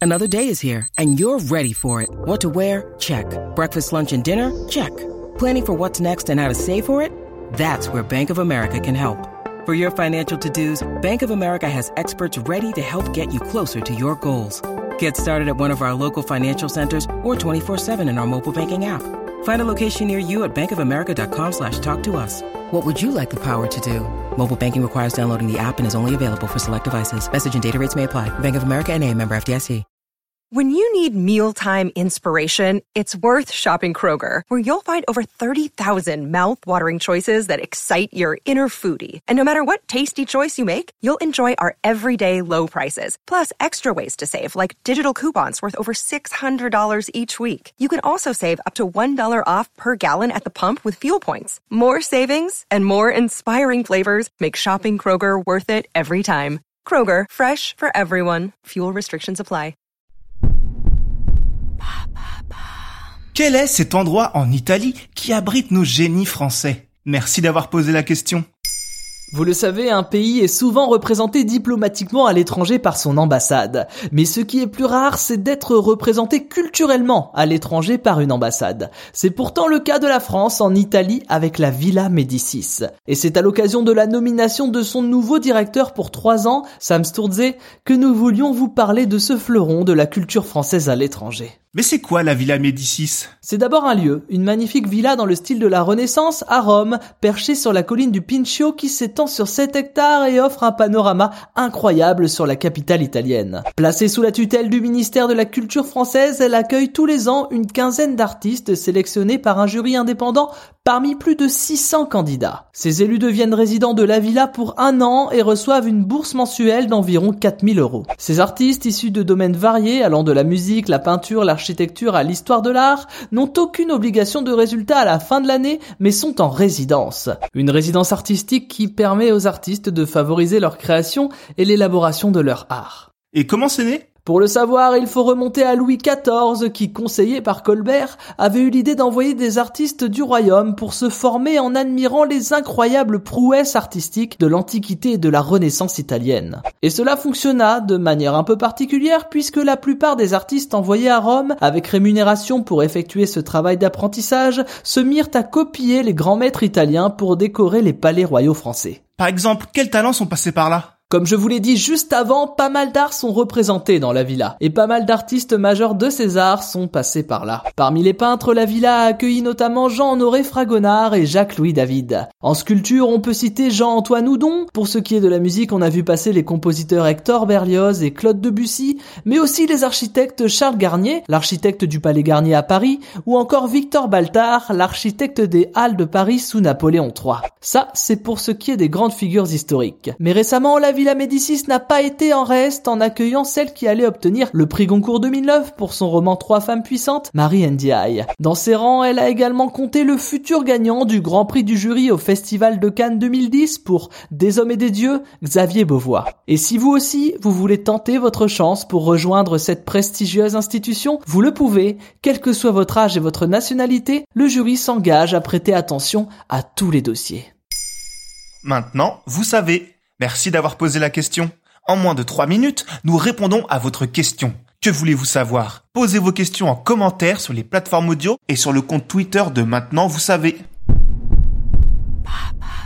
Another day is here, and you're ready for it. What to wear? Check. Breakfast, lunch, and dinner? Check. Planning for what's next and how to save for it? That's where Bank of America can help. For your financial to-dos, Bank of America has experts ready to help get you closer to your goals. Get started at one of our local financial centers or 24/7 in our mobile banking app. Find a location near you at bankofamerica.com/talktous. What would you like the power to do? Mobile banking requires downloading the app and is only available for select devices. Message and data rates may apply. Bank of America N.A., member FDIC. When you need mealtime inspiration, it's worth shopping Kroger, where you'll find over 30,000 mouth-watering choices that excite your inner foodie. And no matter what tasty choice you make, you'll enjoy our everyday low prices, plus extra ways to save, like digital coupons worth over $600 each week. You can also save up to $1 off per gallon at the pump with fuel points. More savings and more inspiring flavors make shopping Kroger worth it every time. Kroger, fresh for everyone. Fuel restrictions apply. Quel est cet endroit en Italie qui abrite nos génies français? Merci d'avoir posé la question. Vous le savez, un pays est souvent représenté diplomatiquement à l'étranger par son ambassade. Mais ce qui est plus rare, c'est d'être représenté culturellement à l'étranger par une ambassade. C'est pourtant le cas de la France en Italie avec la Villa Médicis. Et c'est à l'occasion de la nomination de son nouveau directeur pour 3 ans, Sam Sturze, que nous voulions vous parler de ce fleuron de la culture française à l'étranger. Mais c'est quoi la Villa Médicis? C'est d'abord un lieu, une magnifique villa dans le style de la Renaissance à Rome, perchée sur la colline du Pincio qui s'étend sur 7 hectares et offre un panorama incroyable sur la capitale italienne. Placée sous la tutelle du ministère de la Culture française, elle accueille tous les ans une quinzaine d'artistes sélectionnés par un jury indépendant parmi plus de 600 candidats. Ces élus deviennent résidents de la villa pour 1 an et reçoivent une bourse mensuelle d'environ 4 000 €. Ces artistes, issus de domaines variés, allant de la musique, la peinture, l'architecture à l'histoire de l'art, n'ont aucune obligation de résultat à la fin de l'année, mais sont en résidence. Une résidence artistique qui permet aux artistes de favoriser leur création et l'élaboration de leur art. Et comment c'est né? Pour le savoir, il faut remonter à Louis XIV qui, conseillé par Colbert, avait eu l'idée d'envoyer des artistes du royaume pour se former en admirant les incroyables prouesses artistiques de l'Antiquité et de la Renaissance italienne. Et cela fonctionna de manière un peu particulière puisque la plupart des artistes envoyés à Rome, avec rémunération pour effectuer ce travail d'apprentissage, se mirent à copier les grands maîtres italiens pour décorer les palais royaux français. Par exemple, quels talents sont passés par là? Comme je vous l'ai dit juste avant, pas mal d'arts sont représentés dans la villa, et pas mal d'artistes majeurs de ces arts sont passés par là. Parmi les peintres, la villa a accueilli notamment Jean-Honoré Fragonard et Jacques-Louis David. En sculpture, on peut citer Jean-Antoine Houdon. Pour ce qui est de la musique, on a vu passer les compositeurs Hector Berlioz et Claude Debussy, mais aussi les architectes Charles Garnier, l'architecte du Palais Garnier à Paris, ou encore Victor Baltard, l'architecte des Halles de Paris sous Napoléon III. Ça, c'est pour ce qui est des grandes figures historiques. Mais récemment, la Villa Médicis n'a pas été en reste en accueillant celle qui allait obtenir le prix Goncourt 2009 pour son roman 3 femmes puissantes, Marie Ndiaye. Dans ses rangs, elle a également compté le futur gagnant du Grand Prix du jury au Festival de Cannes 2010 pour Des hommes et des dieux, Xavier Beauvois. Et si vous aussi, vous voulez tenter votre chance pour rejoindre cette prestigieuse institution, vous le pouvez. Quel que soit votre âge et votre nationalité, le jury s'engage à prêter attention à tous les dossiers. Maintenant, vous savez. Merci d'avoir posé la question. En moins de 3 minutes, nous répondons à votre question. Que voulez-vous savoir? Posez vos questions en commentaire sur les plateformes audio et sur le compte Twitter de Maintenant, vous savez.